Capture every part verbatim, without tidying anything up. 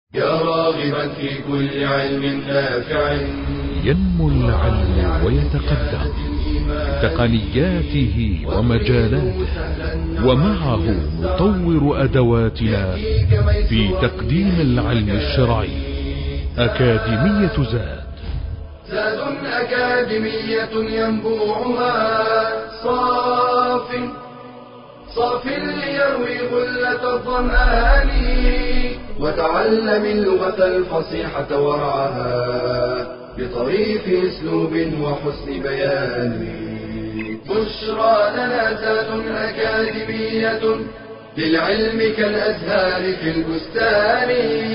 يا راغبا في كل علم نافع ينمو العلم ويتقدم تقنياته ومجالاته، ومعه نطور أدواتنا في تقديم العلم الشرعي. أكاديمية زاد زاد أكاديمية ينبوعها صاف صاف ليروي غلة الظمآن، وتعلم اللغة الفصيحة ورعاها بطريف أسلوب وحسن بيان. بشرى لنا زاد أكاديمية للعلم كالأزهار في البستان.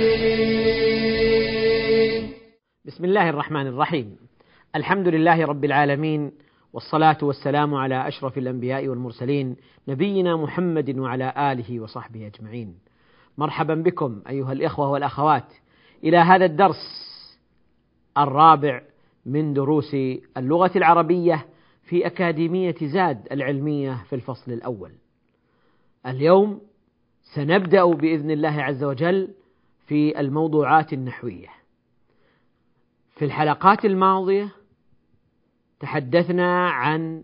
بسم الله الرحمن الرحيم. الحمد لله رب العالمين، والصلاة والسلام على أشرف الأنبياء والمرسلين، نبينا محمد وعلى آله وصحبه أجمعين. مرحبا بكم أيها الإخوة والأخوات إلى هذا الدرس الرابع من دروس اللغة العربية في أكاديمية زاد العلمية في الفصل الأول. اليوم سنبدأ بإذن الله عز وجل في الموضوعات النحوية. في الحلقات الماضية تحدثنا عن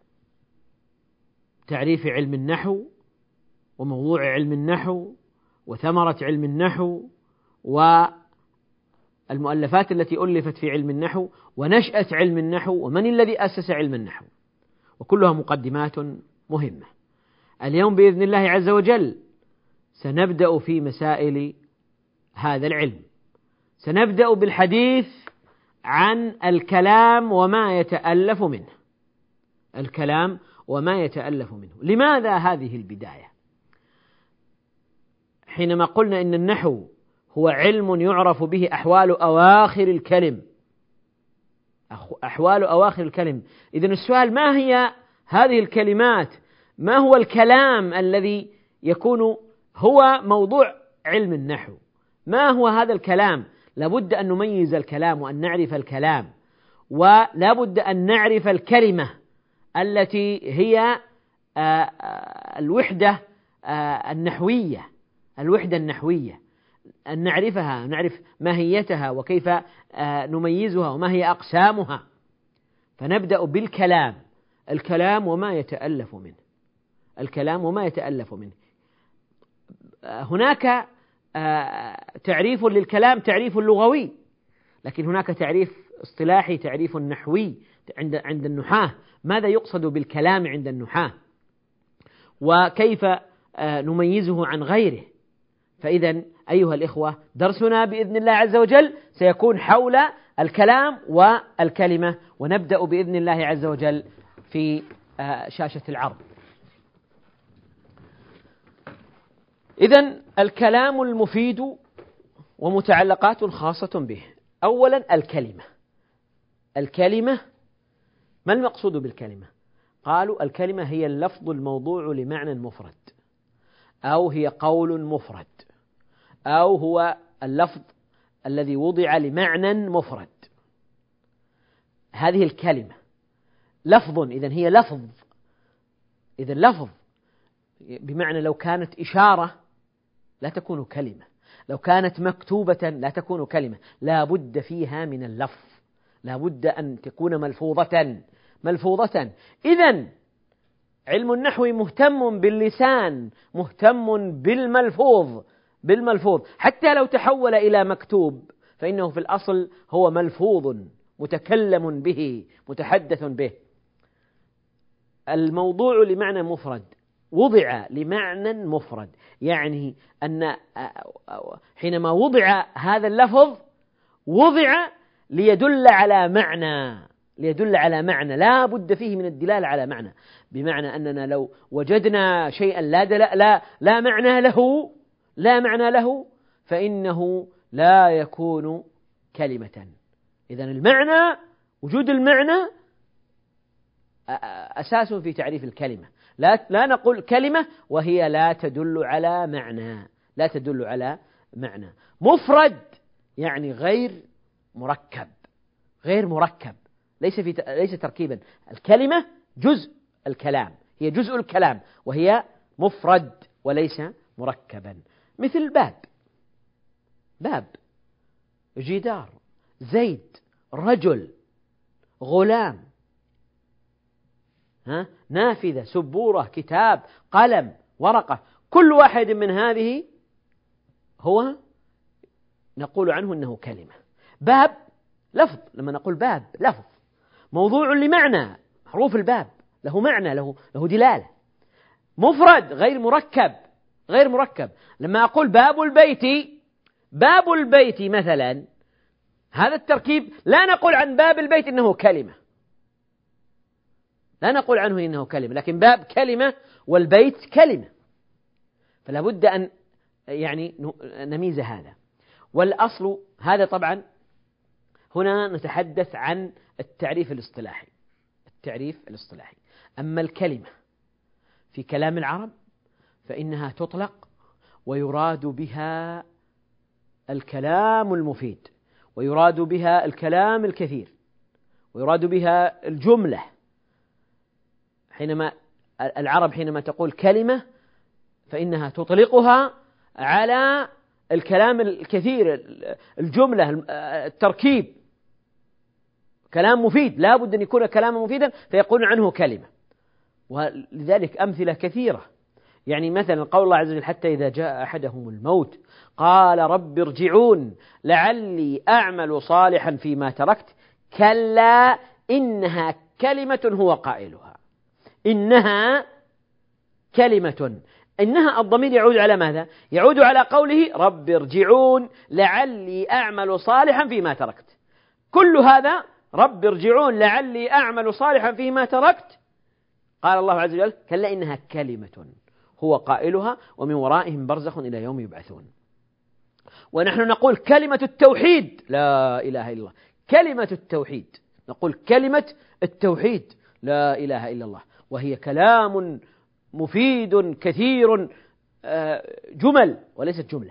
تعريف علم النحو وموضوع علم النحو وثمرة علم النحو والمؤلفات التي ألفت في علم النحو ونشأة علم النحو ومن الذي أسس علم النحو، وكلها مقدمات مهمة. اليوم بإذن الله عز وجل سنبدأ في مسائل هذا العلم. سنبدأ بالحديث عن الكلام وما يتألف منه. الكلام وما يتألف منه. لماذا هذه البداية؟ حينما قلنا إن النحو هو علم يعرف به أحوال أواخر الكلم، أحوال أواخر الكلم، إذن السؤال: ما هي هذه الكلمات؟ ما هو الكلام الذي يكون هو موضوع علم النحو؟ ما هو هذا الكلام؟ لابد أن نميز الكلام وأن نعرف الكلام، ولابد أن نعرف الكلمة التي هي الوحدة النحوية، الوحدة النحوية أن نعرفها، نعرف ماهيتها وكيف نميزها وما هي أقسامها. فنبدأ بالكلام. الكلام وما يتألف منه. الكلام وما يتألف منه. هناك تعريف للكلام، تعريف لغوي، لكن هناك تعريف اصطلاحي، تعريف نحوي عند عند النحاة. ماذا يقصد بالكلام عند النحاة؟ وكيف نميزه عن غيره؟ فإذا أيها الإخوة، درسنا بإذن الله عز وجل سيكون حول الكلام والكلمة، ونبدأ بإذن الله عز وجل في شاشة العرض. إذن الكلام المفيد ومتعلقات خاصة به. أولا الكلمة. الكلمة، ما المقصود بالكلمة؟ قالوا الكلمة هي اللفظ الموضوع لمعنى مفرد، أو هي قول مفرد، أو هو اللفظ الذي وضع لمعنى مفرد. هذه الكلمة لفظ، إذن هي لفظ. إذن لفظ بمعنى لو كانت إشارة لا تكون كلمة، لو كانت مكتوبة لا تكون كلمة، لا بد فيها من اللفظ، لا بد أن تكون ملفوظة ملفوظة. إذن علم النحو مهتم باللسان، مهتم بالملفوظ بالملفوظ حتى لو تحول إلى مكتوب فإنه في الأصل هو ملفوظ متكلم به متحدث به. الموضوع لمعنى مفرد وضع لمعنى مفرد، يعني أن حينما وضع هذا اللفظ وضع ليدل على معنى، ليدل على معنى لا بد فيه من الدلالة على معنى. بمعنى أننا لو وجدنا شيئا لا لا لا معنى له لا معنى له فإنه لا يكون كلمة. إذن المعنى، وجود المعنى أساس في تعريف الكلمة. لا لا نقول كلمة وهي لا تدل على معنى، لا تدل على معنى. مفرد يعني غير مركب، غير مركب، ليس في ليس تركيبا. الكلمة جزء الكلام، هي جزء الكلام وهي مفرد وليس مركبا. مثل باب، باب، جدار، زيد، رجل، غلام، ها؟ نافذة، سبورة، كتاب، قلم، ورقة، كل واحد من هذه هو نقول عنه أنه كلمة. باب لفظ، لما نقول باب لفظ موضوع لمعنى، حروف الباب له معنى، له له دلالة. مفرد غير مركب، غير مركب. لما أقول باب البيت، باب البيت مثلا، هذا التركيب لا نقول عن باب البيت إنه كلمة، لا نقول عنه إنه كلمة، لكن باب كلمة والبيت كلمة، فلا بد أن يعني نميز هذا. والأصل هذا طبعا هنا نتحدث عن التعريف الاصطلاحي، التعريف الاصطلاحي. أما الكلمة في كلام العرب فإنها تطلق ويراد بها الكلام المفيد، ويراد بها الكلام الكثير، ويراد بها الجملة. حينما العرب حينما تقول كلمة فإنها تطلقها على الكلام الكثير، الجملة، التركيب، كلام مفيد، لا بد أن يكون كلاما مفيدا فيقول عنه كلمة. ولذلك أمثلة كثيرة، يعني مثلا قول الله عز وجل: حتى إذا جاء أحدهم الموت قال رب ارجعون لعلي أعمل صالحا فيما تركت كلا إنها كلمة هو قائلها. إنها كلمة، إنها الضمير يعود على ماذا؟ يعود على قوله رب ارجعون لعلي أعمل صالحا فيما تركت. كل هذا رب ارجعون لعلي أعمل صالحا فيما تركت، قال الله عز وجل: كلا إنها كلمة هو قائلها ومن ورائهم برزخ إلى يوم يبعثون. ونحن نقول كلمة التوحيد، لا إله إلا الله، كلمة التوحيد، نقول كلمة التوحيد لا إله إلا الله، وهي كلام مفيد كثير جمل وليست جملة.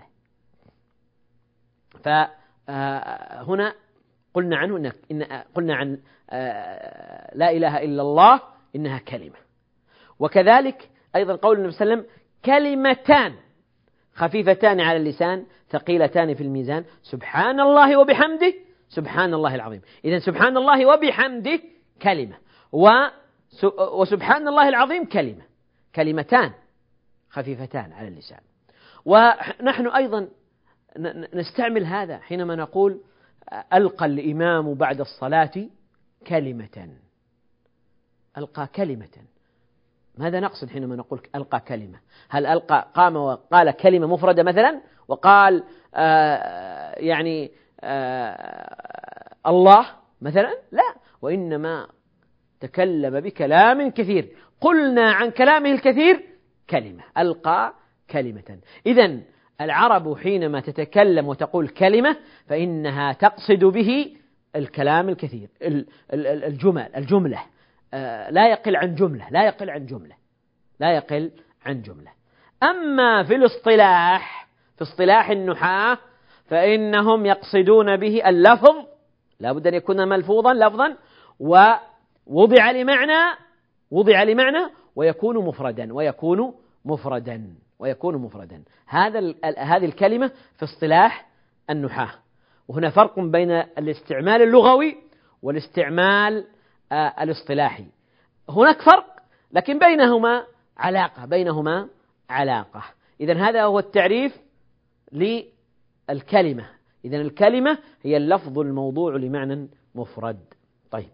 فهنا قلنا عنه إن قلنا عن لا إله إلا الله إنها كلمة. وكذلك أيضا قول النبي صلى الله عليه وسلم: كلمتان خفيفتان على اللسان ثقيلتان في الميزان سبحان الله وبحمده سبحان الله العظيم. إذن سبحان الله وبحمده كلمة، وسبحان الله العظيم كلمة، كلمتان خفيفتان على اللسان. ونحن أيضا نستعمل هذا حينما نقول ألقى الإمام بعد الصلاة كلمة، ألقى كلمة. ماذا نقصد حينما نقول ألقى كلمة؟ هل ألقى قام وقال كلمة مفردة مثلا وقال آه يعني آه الله مثلا؟ لا، وإنما تكلم بكلام كثير، قلنا عن كلامه الكثير كلمة، ألقى كلمة. إذن العرب حينما تتكلم وتقول كلمة فإنها تقصد به الكلام الكثير، الجمل الجملة لا يقل عن جملة، لا يقل عن جملة، لا يقل عن جملة. أما في الاصطلاح، في اصطلاح النحاة فإنهم يقصدون به اللفظ، لا بد أن يكون ملفوظا لفظا ووضع لمعنى، وضع لمعنى ويكون مفردا، ويكون مفردا ويكون مفردا. هذا هذه الكلمة في اصطلاح النحاة. وهنا فرق بين الاستعمال اللغوي والاستعمال الاصطلاحي. هناك فرق لكن بينهما علاقة، بينهما علاقة. إذن هذا هو التعريف للكلمة. إذن الكلمة هي اللفظ الموضوع لمعنى مفرد. طيب،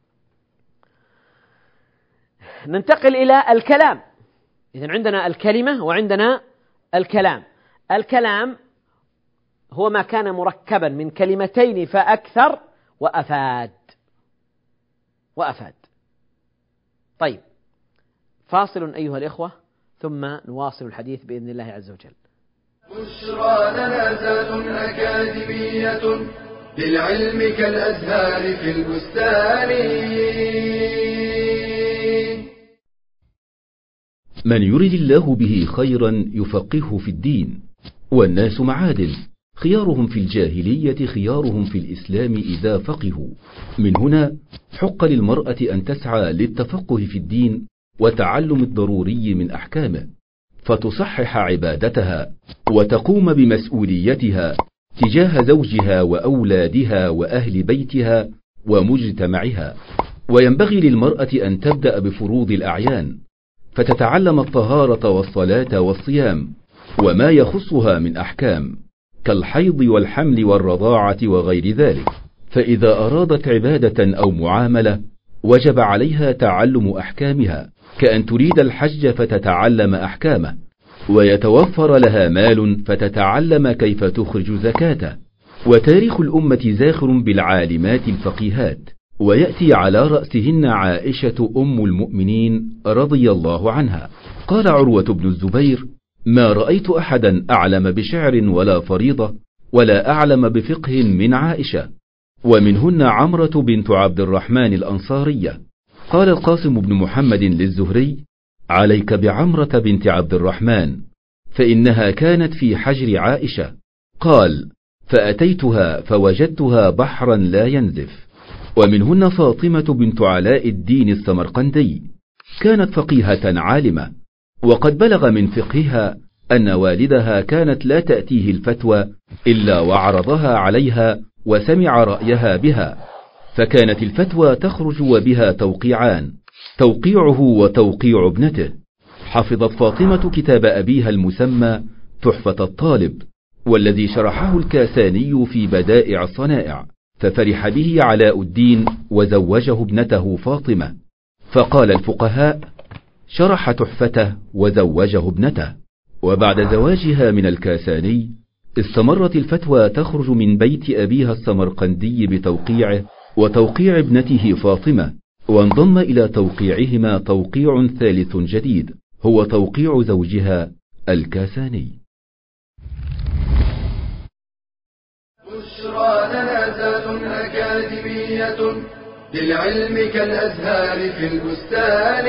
ننتقل إلى الكلام. إذن عندنا الكلمة وعندنا الكلام. الكلام هو ما كان مركبا من كلمتين فأكثر وأفاد وأفاد. طيب، فاصل أيها الإخوة ثم نواصل الحديث بإذن الله عز وجل. بشرى لنا ذات أكاديمية للعلم كالأزهار في البستان. من يرد الله به خيرا يفقهه في الدين. والناس معادن، خيارهم في الجاهلية خيارهم في الإسلام إذا فقهوا. من هنا حق للمرأة أن تسعى للتفقه في الدين وتعلم الضروري من أحكامه، فتصحح عبادتها وتقوم بمسؤوليتها تجاه زوجها وأولادها وأهل بيتها ومجتمعها. وينبغي للمرأة أن تبدأ بفروض الأعيان، فتتعلم الطهارة والصلاة والصيام وما يخصها من أحكام كالحيض والحمل والرضاعة وغير ذلك. فإذا أرادت عبادة أو معاملة وجب عليها تعلم أحكامها، كأن تريد الحج فتتعلم أحكامه، ويتوفر لها مال فتتعلم كيف تخرج زكاته. وتاريخ الأمة زاخر بالعالمات الفقيهات، ويأتي على رأسهن عائشة أم المؤمنين رضي الله عنها. قال عروة بن الزبير: ما رأيت أحدا أعلم بشعر ولا فريضة ولا أعلم بفقه من عائشة. ومنهن عمرة بنت عبد الرحمن الأنصارية. قال القاسم بن محمد للزهري: عليك بعمرة بنت عبد الرحمن، فإنها كانت في حجر عائشة. قال: فأتيتها فوجدتها بحرا لا ينزف. ومنهن فاطمة بنت علاء الدين السمرقندي، كانت فقيهة عالمة، وقد بلغ من فقهها أن والدها كانت لا تأتيه الفتوى إلا وعرضها عليها وسمع رأيها بها، فكانت الفتوى تخرج وبها توقيعان، توقيعه وتوقيع ابنته. حفظت فاطمة كتاب أبيها المسمى تحفة الطالب، والذي شرحه الكاساني في بدائع الصنائع، ففرح به علاء الدين وزوجه ابنته فاطمة. فقال الفقهاء: شرح تحفته وزوجه ابنته. وبعد زواجها من الكاساني استمرت الفتوى تخرج من بيت أبيها السمرقندي بتوقيعه وتوقيع ابنته فاطمة، وانضم إلى توقيعهما توقيع ثالث جديد هو توقيع زوجها الكاساني. بشرى لنا ذات أكاديمية للعلم كالأزهار في البستان.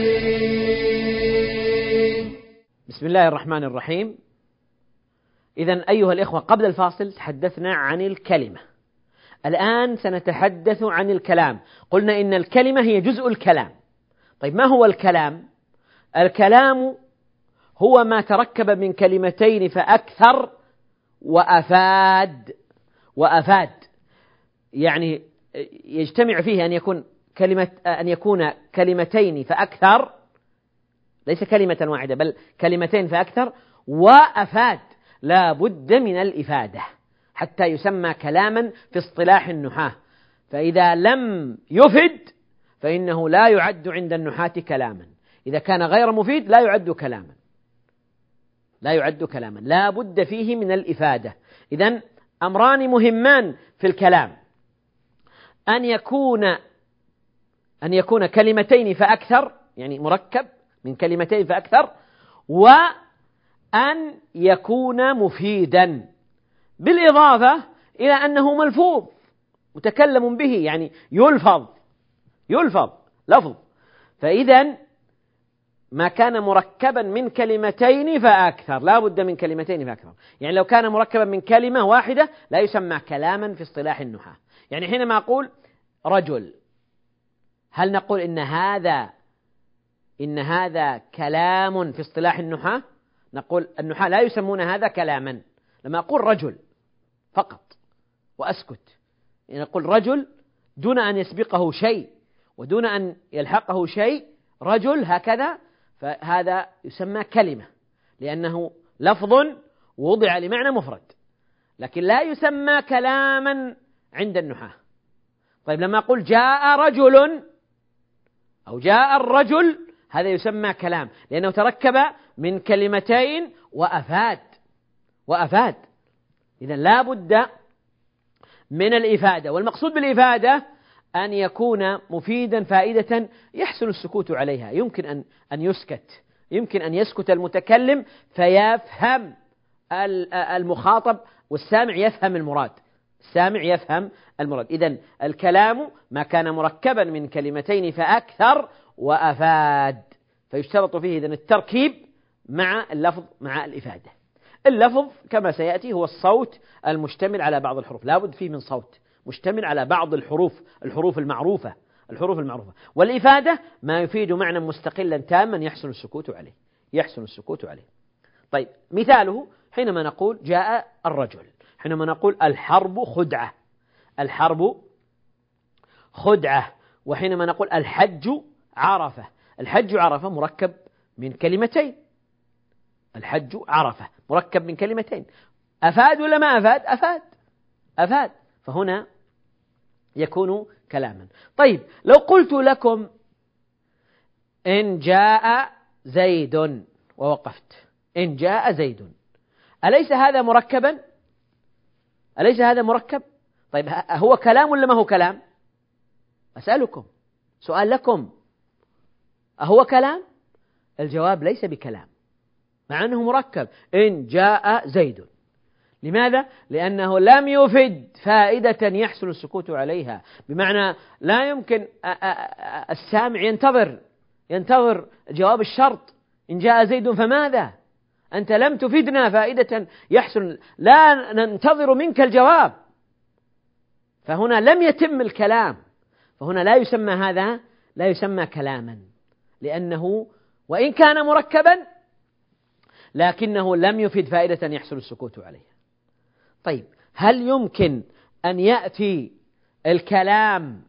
بسم الله الرحمن الرحيم. إذن أيها الإخوة، قبل الفاصل تحدثنا عن الكلمة، الآن سنتحدث عن الكلام. قلنا إن الكلمة هي جزء الكلام. طيب ما هو الكلام؟ الكلام هو ما تركب من كلمتين فأكثر وأفاد. وأفاد يعني يجتمع فيه أن يكون كلمة أن يكون كلمتين فأكثر، ليس كلمة واحدة بل كلمتين فأكثر، وأفاد، لا بد من الإفادة حتى يسمى كلاما في اصطلاح النحاة. فإذا لم يفد فإنه لا يعد عند النحاة كلاما، إذا كان غير مفيد لا يعد كلاما، لا يعد كلاما، لا بد فيه من الإفادة. إذن أمران مهمان في الكلام: أن يكون أن يكون كلمتين فأكثر، يعني مركب من كلمتين فأكثر، وأن يكون مفيدا، بالإضافة إلى أنه ملفوظ متكلم به، يعني يلفظ يلفظ لفظ. فإذا ما كان مركبا من كلمتين فأكثر لا بد من كلمتين فأكثر. يعني لو كان مركبا من كلمة واحدة لا يسمى كلاما في اصطلاح النحاة. يعني حينما أقول رجل، هل نقول إن هذا إن هذا كلام في اصطلاح النحاة؟ نقول النحاة لا يسمون هذا كلاما. لما أقول رجل فقط وأسكت، يعني نقول رجل دون أن يسبقه شيء ودون أن يلحقه شيء، رجل هكذا، فهذا يسمى كلمة لأنه لفظ وضع لمعنى مفرد، لكن لا يسمى كلاما عند النحاة. طيب لما أقول جاء رجل أو جاء الرجل، هذا يسمى كلام لأنه تركب من كلمتين وأفاد وأفاد. إذن لا بد من الإفادة، والمقصود بالإفادة أن يكون مفيدا فائدة يحسن السكوت عليها، يمكن أن أن يسكت، يمكن أن يسكت المتكلم فيفهم المخاطب، والسامع يفهم المراد، السامع يفهم المراد. إذن الكلام ما كان مركبا من كلمتين فأكثر وأفاد، فيشترط فيه إذن التركيب مع اللفظ مع الإفادة. اللفظ كما سيأتي هو الصوت المشتمل على بعض الحروف، لا بد فيه من صوت مشتمل على بعض الحروف، الحروف المعروفة الحروف المعروفة. والإفادة ما يفيد معنى مستقلا تاما يحسن السكوت عليه يحسن السكوت عليه. طيب مثاله حينما نقول جاء الرجل، حينما نقول الحرب خدعة، الحرب خدعة. وحينما نقول الحج عرفة، الحج عرفة مركب من كلمتين، الحج عرفة مركب من كلمتين، أفاد ولا ما أفاد؟ أفاد أفاد فهنا يكون كلاما. طيب لو قلت لكم إن جاء زيد ووقفت، إن جاء زيد، أليس هذا مركبا؟ أليس هذا مركب؟ طيب هو كلام ولا ما هو كلام؟ أسألكم سؤال لكم، أهو كلام؟ الجواب ليس بكلام مع أنه مركب، إن جاء زيد. لماذا؟ لأنه لم يفد فائدة يحصل السكوت عليها، بمعنى لا يمكن السامع ينتظر ينتظر جواب الشرط، إن جاء زيد فماذا؟ أنت لم تفدنا فائدة يحصل، لا ننتظر منك الجواب، فهنا لم يتم الكلام، فهنا لا يسمى هذا لا يسمى كلاما، لأنه وإن كان مركبا لكنه لم يفد فائدة يحصل السكوت عليها. طيب هل يمكن أن يأتي الكلام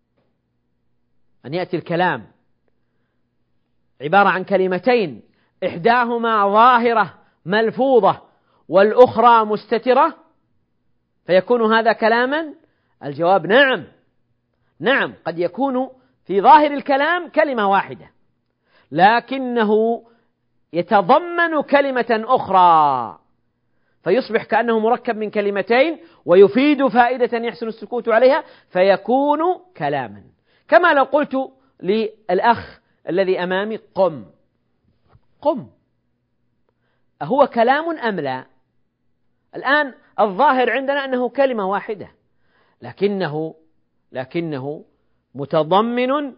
أن يأتي الكلام عبارة عن كلمتين إحداهما ظاهرة ملفوظة والأخرى مستترة فيكون هذا كلاما؟ الجواب نعم، نعم قد يكون في ظاهر الكلام كلمة واحدة لكنه يتضمن كلمة أخرى فيصبح كأنه مركب من كلمتين ويفيد فائدة يحسن السكوت عليها فيكون كلاما. كما لو قلت للأخ الذي أمامي قم، قم، أهو كلام أم لا؟ الآن الظاهر عندنا أنه كلمة واحدة لكنه لكنه متضمن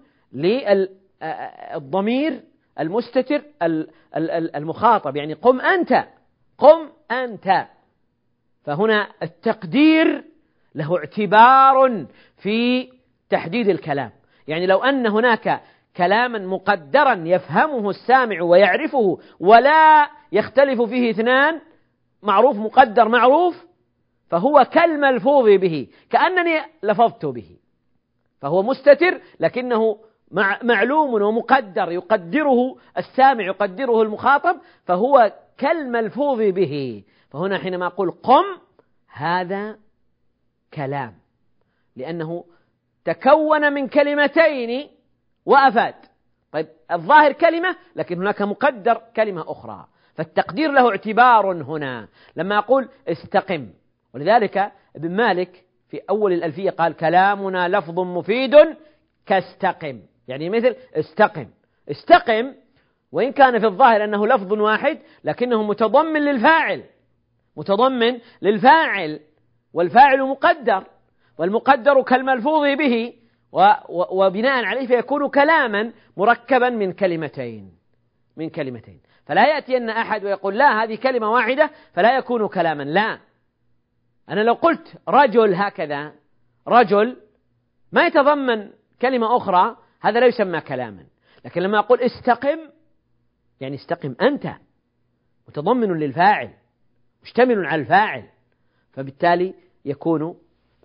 للضمير المستتر المخاطب، يعني قم أنت، قم أنت، فهنا التقدير له اعتبار في تحديد الكلام. يعني لو أن هناك كلاما مقدرا يفهمه السامع ويعرفه ولا يختلف فيه اثنان، معروف مقدر معروف، فهو كالملفوظ به كأنني لفظت به، فهو مستتر لكنه معلوم ومقدر يقدره السامع يقدره المخاطب، فهو كالملفوظ به. فهنا حينما أقول قم هذا كلام لأنه تكون من كلمتين وأفاد. طيب الظاهر كلمة لكن هناك مقدر كلمة أخرى، فالتقدير له اعتبار هنا. لما أقول استقم، ولذلك ابن مالك في أول الألفية قال كلامنا لفظ مفيد كاستقم، يعني مثل استقم. استقم وإن كان في الظاهر أنه لفظ واحد لكنه متضمن للفاعل، متضمن للفاعل، والفاعل مقدر والمقدر كالملفوظ به، وبناء عليه فيكون كلاما مركبا من كلمتين من كلمتين فلا يأتي أن أحد ويقول لا هذه كلمة واحدة فلا يكون كلاما. لا، أنا لو قلت رجل هكذا، رجل ما يتضمن كلمة أخرى، هذا لا يسمى كلاما. لكن لما أقول استقم يعني استقم أنت، متضمن للفاعل مشتمل على الفاعل، فبالتالي يكون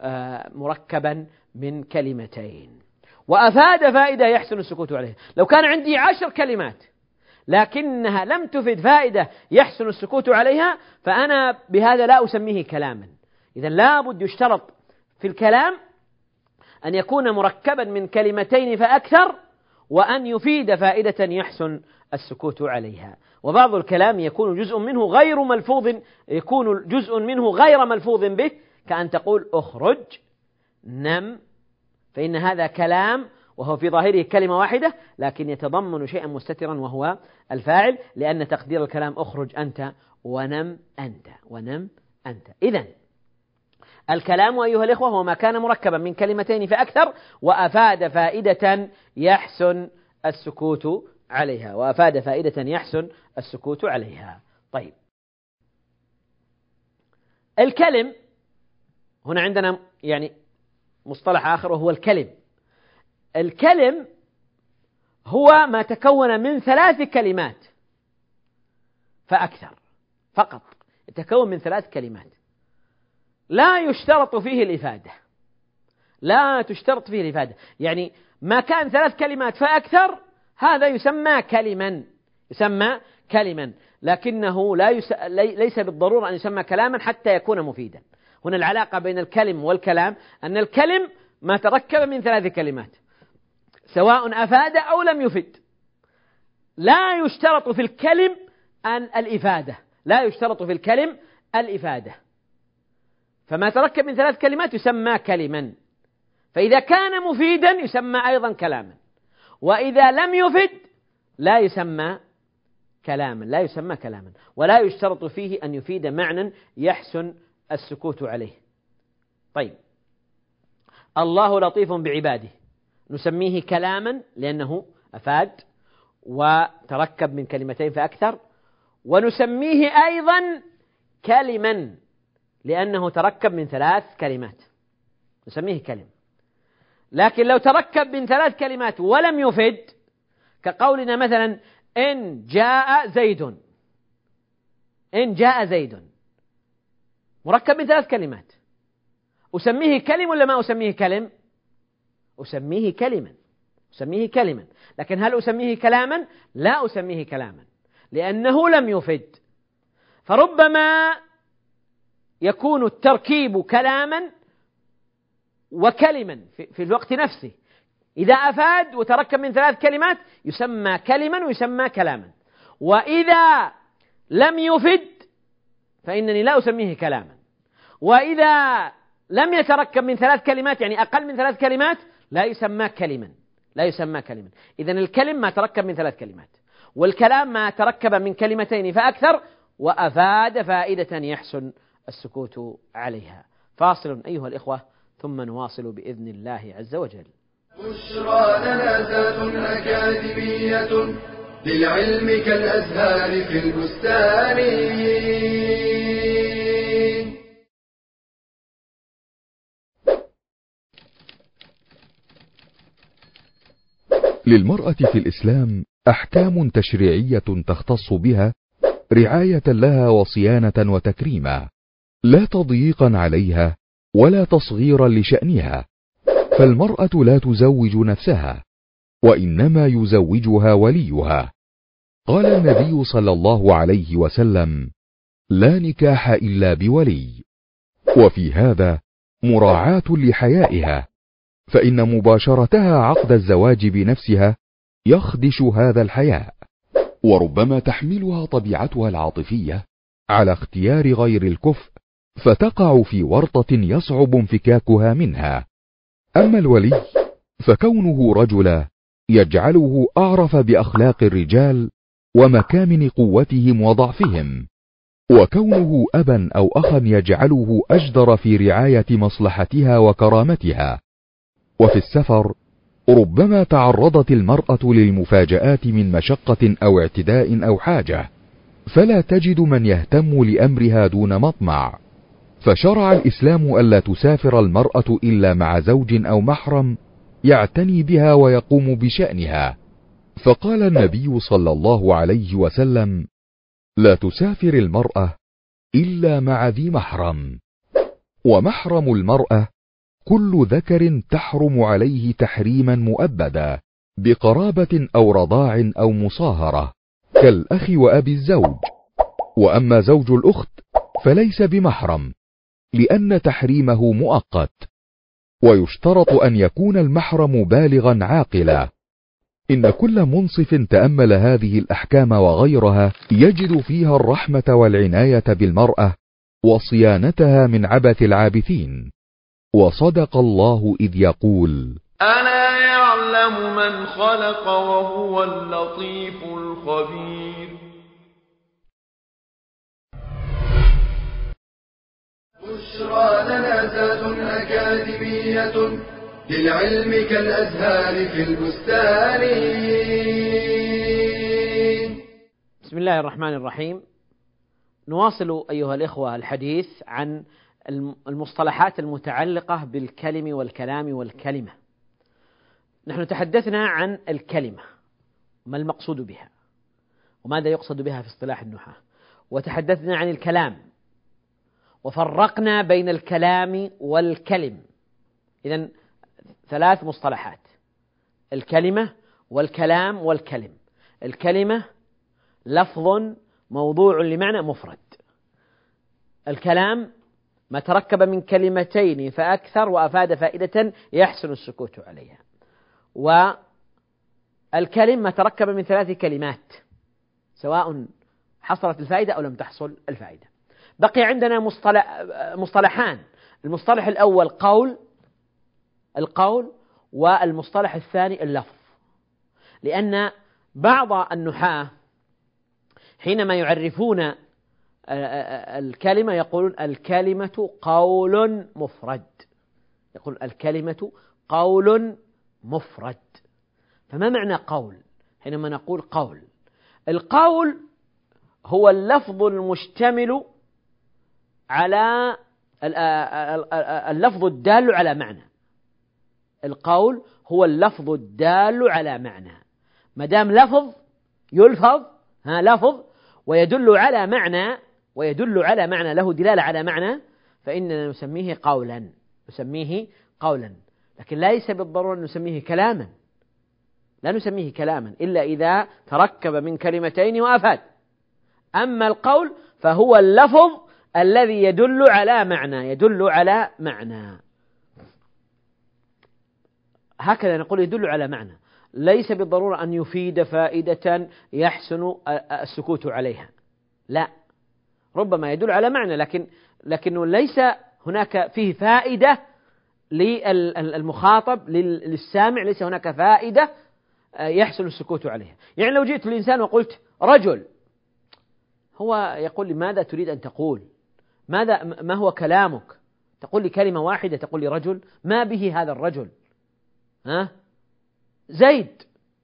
مركبا من كلمتين. وأفاد فائدة يحسن السكوت عليها. لو كان عندي عشر كلمات لكنها لم تفد فائدة يحسن السكوت عليها فأنا بهذا لا أسميه كلاما. إذا لا بد يشترط في الكلام أن يكون مركبا من كلمتين فأكثر وأن يفيد فائدة يحسن السكوت عليها. وبعض الكلام يكون جزء منه غير ملفوظ، يكون جزء منه غير ملفوظ به، كأن تقول اخرج، نم، فإن هذا كلام وهو في ظاهره كلمة واحدة لكن يتضمن شيئا مستترا وهو الفاعل، لأن تقدير الكلام اخرج أنت ونم أنت ونم أنت. إذن الكلام أيها الإخوة هو ما كان مركبا من كلمتين فأكثر وأفاد فائدة يحسن السكوت عليها وأفاد فائدة يحسن السكوت عليها. طيب الكلم هنا عندنا يعني مصطلح آخر وهو الكلم. الكلم هو ما تكون من ثلاث كلمات فأكثر، فقط يتكون من ثلاث كلمات. لا يشترط فيه الإفادة، لا تشترط فيه الإفادة، يعني ما كان ثلاث كلمات فأكثر هذا يسمى كلما، يسمى كلما، لكنه لا يس... ليس بالضرورة أن يسمى كلاما حتى يكون مفيدا. هنا العلاقة بين الكلم والكلام أن الكلم ما تركب من ثلاث كلمات سواء أفاد أو لم يفد. لا يشترط في الكلم أن الإفادة، لا يشترط في الكلم الإفادة، فما تركب من ثلاث كلمات يسمى كلما، فإذا كان مفيدا يسمى أيضا كلاما، وإذا لم يفد لا يسمى كلاما، لا يسمى كلاما، ولا يشترط فيه أن يفيد معنى يحسن السكوت عليه. طيب، الله لطيف بعباده نسميه كلاما لأنه أفاد وتركب من كلمتين فأكثر، ونسميه أيضا كلما لأنه تركب من ثلاث كلمات، نسميه كلم. لكن لو تركب من ثلاث كلمات ولم يفد، كقولنا مثلا إن جاء زيد، إن جاء زيد مركب من ثلاث كلمات، أسميه كلم ولا ما أسميه كلم؟ أسميه كلما، أسميه كلما. لكن هل أسميه كلاما؟ لا أسميه كلاما لأنه لم يفد. فربما يكون التركيب كلاما وكلما في الوقت نفسه، إذا أفاد وتركب من ثلاث كلمات يسمى كلما ويسمى كلاما، وإذا لم يفد فإنني لا أسميه كلاما، وإذا لم يتركب من ثلاث كلمات يعني أقل من ثلاث كلمات لا يسمى كلما، لا يسمى كلما. إذن الكلم ما تركب من ثلاث كلمات، والكلام ما تركب من كلمتين فأكثر وأفاد فائدة يحسن السكوت عليها. فاصل أيها الإخوة ثم نواصل بإذن الله عز وجل. بشرى لنا ذات أكاديمية للعلم كالأزهار في البستان. للمرأة في الإسلام أحكام تشريعية تختص بها رعاية لها وصيانة وتكريما، لا تضييقا عليها ولا تصغيرا لشأنها، فالمرأة لا تزوج نفسها وإنما يزوجها وليها. قال النبي صلى الله عليه وسلم: لا نكاح إلا بولي. وفي هذا مراعاة لحيائها، فإن مباشرتها عقد الزواج بنفسها يخدش هذا الحياء، وربما تحملها طبيعتها العاطفية على اختيار غير الكفء فتقع في ورطة يصعب انفكاكها منها. أما الولي فكونه رجلا يجعله أعرف بأخلاق الرجال ومكامن قوتهم وضعفهم، وكونه أبا أو أخا يجعله أجدر في رعاية مصلحتها وكرامتها. وفي السفر ربما تعرضت المرأة للمفاجآت من مشقة أو اعتداء أو حاجة، فلا تجد من يهتم لأمرها دون مطمع، فشرع الإسلام ألا تسافر المرأة إلا مع زوج أو محرم يعتني بها ويقوم بشأنها. فقال النبي صلى الله عليه وسلم: لا تسافر المرأة إلا مع ذي محرم. ومحرم المرأة كل ذكر تحرم عليه تحريما مؤبدا بقرابة أو رضاع أو مصاهرة كالأخ وأبي الزوج. وأما زوج الأخت فليس بمحرم لأن تحريمه مؤقت، ويشترط أن يكون المحرم بالغا عاقلا. إن كل منصف تأمل هذه الأحكام وغيرها يجد فيها الرحمة والعناية بالمرأة وصيانتها من عبث العابثين. وصدق الله إذ يقول: ألا يعلم من خلق وهو اللطيف الخبير. بشرى لنا ذات أكاديمية للعلم كالأزهار في البستان. بسم الله الرحمن الرحيم. نواصل أيها الإخوة الحديث عن المصطلحات المتعلقة بالكلم والكلام والكلمة. نحن تحدثنا عن الكلمة، ما المقصود بها وماذا يقصد بها في اصطلاح النحاة، وتحدثنا عن الكلام وفرقنا بين الكلام والكلم. إذن ثلاث مصطلحات: الكلمة والكلام والكلم. الكلمة لفظ موضوع لمعنى مفرد. الكلام ما تركب من كلمتين فأكثر وأفاد فائدة يحسن السكوت عليها. والكلم ما تركب من ثلاث كلمات سواء حصلت الفائدة أو لم تحصل الفائدة. بقي عندنا مصطلح مصطلحان: المصطلح الأول قول القول والمصطلح الثاني اللفظ. لأن بعض النحاة حينما يعرفون الكلمة يقولون الكلمة قول مفرد، يقول الكلمة قول مفرد. فما معنى قول؟ حينما نقول قول، القول هو اللفظ المشتمل على اللفظ الدال على معنى. القول هو اللفظ الدال على معنى. ما دام لفظ يلفظ ها لفظ ويدل على معنى ويدل على معنى له دلالة على معنى فإننا نسميه قولا نسميه قولا لكن ليس بالضرورة أن نسميه كلاما. لا نسميه كلاما إلا إذا تركب من كلمتين وأفاد. أما القول فهو اللفظ الذي يدل على معنى يدل على معنى هكذا نقول يدل على معنى، ليس بالضرورة أن يفيد فائدة يحسن السكوت عليها، لا، ربما يدل على معنى لكن لكنه ليس هناك فيه فائدة للمخاطب للسامع، ليس هناك فائدة يحسن السكوت عليها. يعني لو جئت الإنسان وقلت رجل، هو يقول لي ماذا تريد أن تقول؟ ماذا ما هو كلامك؟ تقول لي كلمة واحدة، تقول لي رجل، ما به هذا الرجل؟ ها؟ زيد.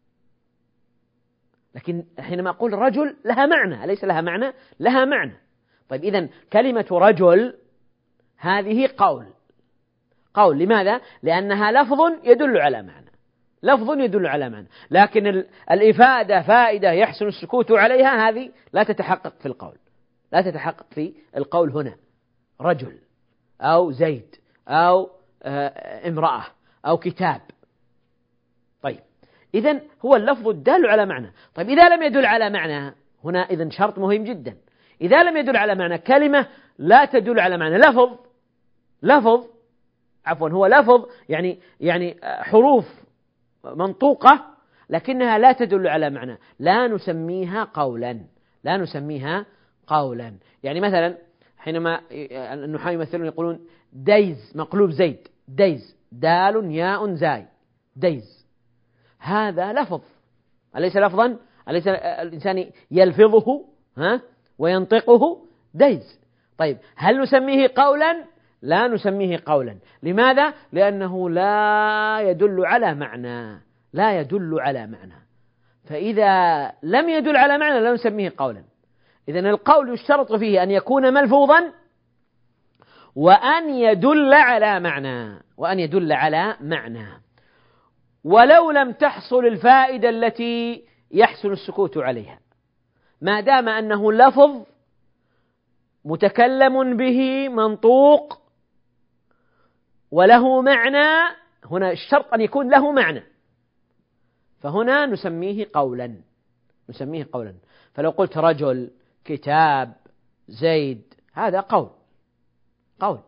لكن حينما أقول رجل لها معنى، ليس لها معنى، لها معنى. طيب إذن كلمة رجل هذه قول قول لماذا؟ لأنها لفظ يدل على معنى لفظ يدل على معنى لكن الإفادة فائدة يحسن السكوت عليها هذه لا تتحقق في القول لا تتحقق في القول هنا. رجل أو زيد أو امرأة أو كتاب. طيب إذن هو اللفظ الدال على معنى. طيب إذا لم يدل على معنى هنا إذن شرط مهم جدا، إذا لم يدل على معنى، كلمة لا تدل على معنى، لفظ لفظ عفوا هو لفظ يعني يعني حروف منطوقة لكنها لا تدل على معنى، لا نسميها قولا لا نسميها قولا. يعني مثلا حينما النحاة يمثلون يقولون ديز مقلوب زيد، ديز دال ياء زاي ديز، هذا لفظ أليس لفظا؟ أليس الإنسان يلفظه ها وينطقه ديز؟ طيب هل نسميه قولا؟ لا نسميه قولا. لماذا؟ لأنه لا يدل على معنى لا يدل على معنى فإذا لم يدل على معنى لا نسميه قولا. إذن القول يشترط فيه أن يكون ملفوظا وأن يدل على معنى وأن يدل على معنى ولو لم تحصل الفائدة التي يحسن السكوت عليها، ما دام أنه لفظ متكلم به منطوق وله معنى، هنا الشرط أن يكون له معنى، فهنا نسميه قولا نسميه قولا. فلو قلت رجل، كتاب، زيد، هذا قول قول.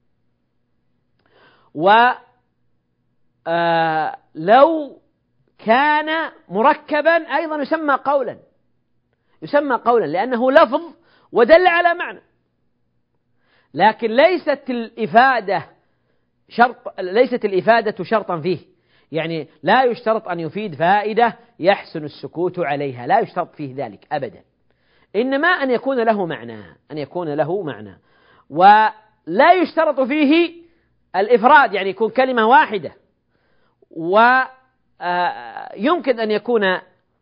ولو كان مركبا أيضا يسمى قولا يسمى قولا لأنه لفظ ودل على معنى، لكن ليست الإفادة شرط ليست الإفادة شرطا فيه، يعني لا يشترط أن يفيد فائدة يحسن السكوت عليها، لا يشترط فيه ذلك أبدا، إنما أن يكون له معنى أن يكون له معنى ولا يشترط فيه الإفراد، يعني يكون كلمة واحدة، ويمكن أن يكون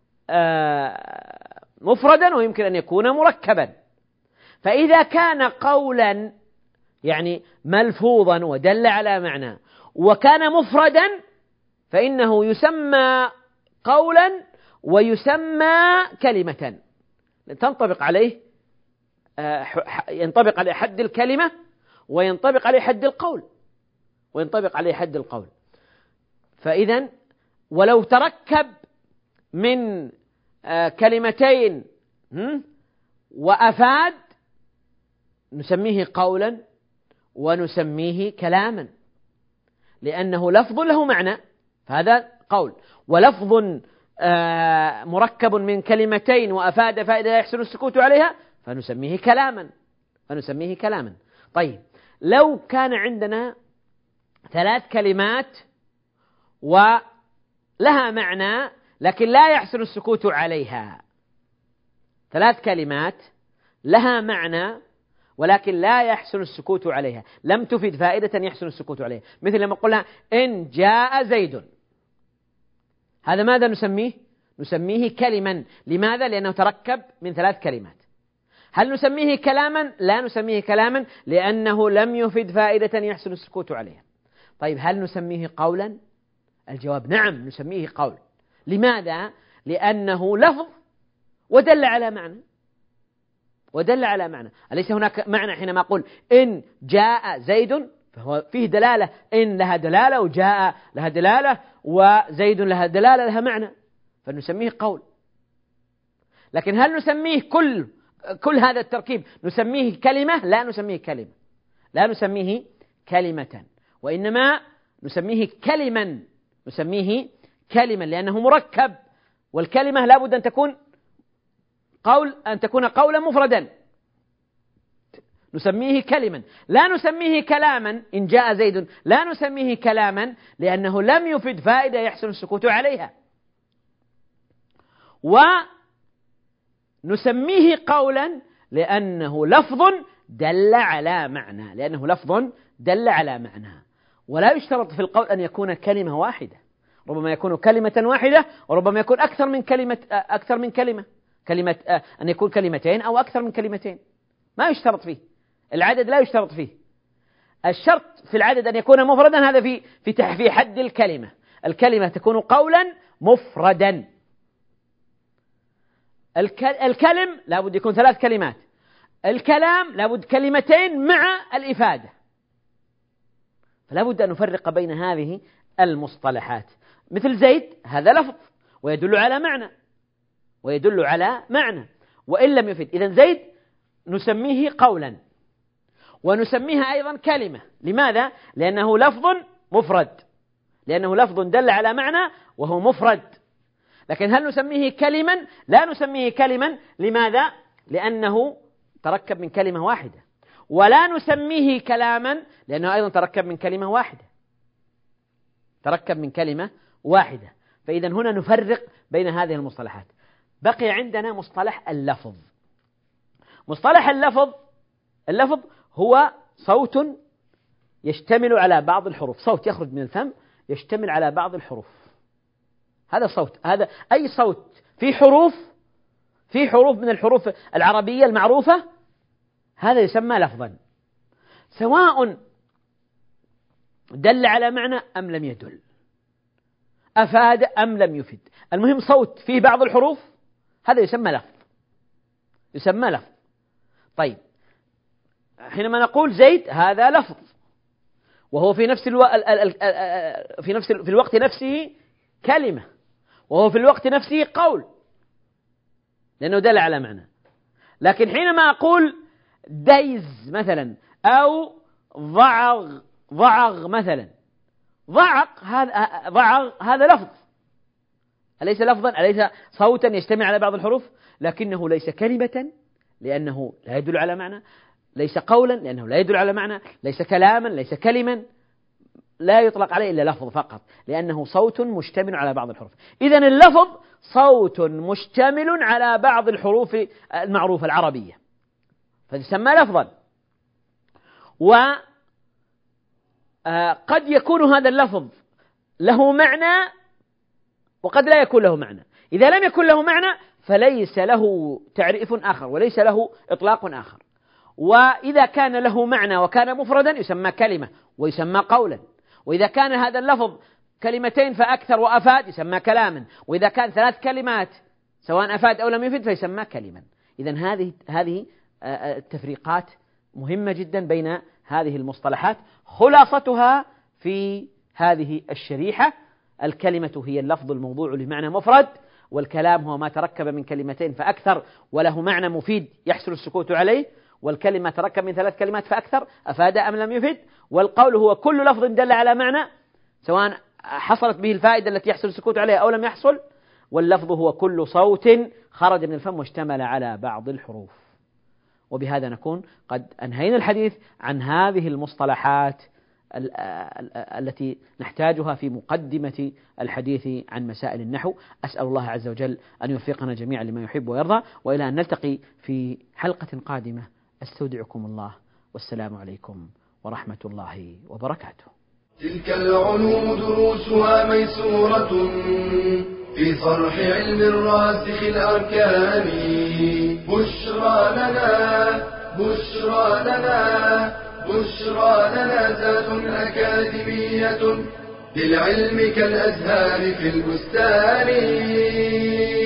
مفردا ويمكن أن يكون مركبا. فإذا كان قولا يعني ملفوظا ودل على معنى وكان مفردا فإنه يسمى قولا ويسمى كلمة تنطبق عليه ينطبق عليه حد الكلمة وينطبق عليه حد القول وينطبق عليه حد القول. فإذا ولو تركب من كلمتين وأفاد نسميه قولا ونسميه كلاما، لأنه لفظ له معنى فهذا قول، ولفظ مركب من كلمتين وأفاد فائدة يحسن السكوت عليها فنسميه كلاما فنسميه كلاما. طيب لو كان عندنا ثلاث كلمات ولها معنى لكن لا يحسن السكوت عليها، ثلاث كلمات لها معنى ولكن لا يحسن السكوت عليها، لم تفد فائدة يحسن السكوت عليها، مثل لما قلنا إن جاء زيد، هذا ماذا نسميه؟ نسميه كلما. لماذا؟ لأنه تركب من ثلاث كلمات. هل نسميه كلاما؟ لا نسميه كلاما لأنه لم يفد فائدة يحسن السكوت عليها. طيب هل نسميه قولا؟ الجواب نعم نسميه قول. لماذا؟ لأنه لفظ ودل على معنى ودل على معنى. أليس هناك معنى حينما أقول إن جاء زيد؟ فهو فيه دلالة، إن لها دلالة وجاء لها دلالة وزيد لها دلالة لها معنى، فنسميه قول. لكن هل نسميه كل كل هذا التركيب نسميه كلمة؟ لا نسميه كلمة لا نسميه كلمة وإنما نسميه كلما نسميه كلما لأنه مركب، والكلمة لا بد أن تكون قول أن تكون قولا مفردا، نسميه كلما. لا نسميه كلاما إن جاء زيد، لا نسميه كلاما لأنه لم يفد فائدة يحسن السكوت عليها. ونسميه قولا لأنه لفظ دل على معنى لأنه لفظ دل على معنى. ولا يشترط في القول أن يكون كلمة واحدة، ربما يكون كلمة واحدة وربما يكون أكثر من كلمة أكثر من كلمة كلمة أن يكون كلمتين أو أكثر من كلمتين، ما يشترط فيه العدد، لا يشترط فيه. الشرط في العدد أن يكون مفردا، هذا في في في حد الكلمة. الكلمة تكون قولا مفردا. الكلم لا بد يكون ثلاث كلمات، الكلام لا بد كلمتين مع الإفادة. فلا بد أن نفرق بين هذه المصطلحات. مثل زيد هذا لفظ ويدل على معنى ويدل على معنى وإن لم يفد، إذن زيد نسميه قولا ونسميها أيضا كلمة. لماذا؟ لأنه لفظ مفرد لأنه لفظ دل على معنى وهو مفرد. لكن هل نسميه كلما؟ لا نسميه كلما. لماذا؟ لأنه تركب من كلمة واحدة. ولا نسميه كلاما لأنه أيضا تركب من كلمة واحدة تركب من كلمة واحدة. فإذا هنا نفرق بين هذه المصطلحات. بقي عندنا مصطلح اللفظ. مصطلح اللفظ اللفظ هو صوت يشتمل على بعض الحروف، صوت يخرج من الفم يشتمل على بعض الحروف. هذا صوت، هذا أي صوت في حروف في حروف من الحروف العربية المعروفة هذا يسمى لفظا، سواء دل على معنى أم لم يدل، أفاد أم لم يفد، المهم صوت فيه بعض الحروف هذا يسمى لفظ يسمى لفظ. طيب حينما نقول زيد هذا لفظ وهو في نفس الو... في نفس في الوقت نفسه كلمة، وهو في الوقت نفسه قول لأنه دل على معنى. لكن حينما أقول ديز مثلا أو ضعغ ضعغ مثلا، ضعق هذا ضعغ هذا لفظ، أليس لفظا؟ أليس صوتا يجتمع على بعض الحروف؟ لكنه ليس كلمة لأنه لا يدل على معنى، ليس قولا لأنه لا يدل على معنى، ليس كلاما ليس كلما، لا يطلق عليه إلا لفظ فقط لأنه صوت مشتمل على بعض الحروف. إذن اللفظ صوت مشتمل على بعض الحروف المعروفة العربية فيسمى لفظا. وقد يكون هذا اللفظ له معنى وقد لا يكون له معنى. إذا لم يكن له معنى فليس له تعريف آخر وليس له إطلاق آخر. وإذا كان له معنى وكان مفردا يسمى كلمة ويسمى قولا. وإذا كان هذا اللفظ كلمتين فأكثر وأفاد يسمى كلاما. وإذا كان ثلاث كلمات سواء أفاد أو لم يفد فيسمى كلما. إذن هذه هذه التفريقات مهمة جدا بين هذه المصطلحات. خلاصتها في هذه الشريحة: الكلمة هي اللفظ الموضوع لمعنى مفرد، والكلام هو ما تركب من كلمتين فأكثر وله معنى مفيد يحصل السكوت عليه، والكلمة تركب من ثلاث كلمات فأكثر أفاد أم لم يفد، والقول هو كل لفظ دل على معنى سواء حصلت به الفائدة التي يحصل السكوت عليها أو لم يحصل، واللفظ هو كل صوت خرج من الفم واشتمل على بعض الحروف. وبهذا نكون قد أنهينا الحديث عن هذه المصطلحات التي نحتاجها في مقدمة الحديث عن مسائل النحو. أسأل الله عز وجل أن يوفقنا جميعا لما يحب ويرضى، وإلى أن نلتقي في حلقة قادمة أستودعكم الله، والسلام عليكم ورحمة الله وبركاته. تلك العلوم دروسها ميسورة في صرح علم الراسخ الأركان. بشرى لنا بشرى لنا بشرى لنا ذات أكاديمية للعلم كالأزهار في البستان.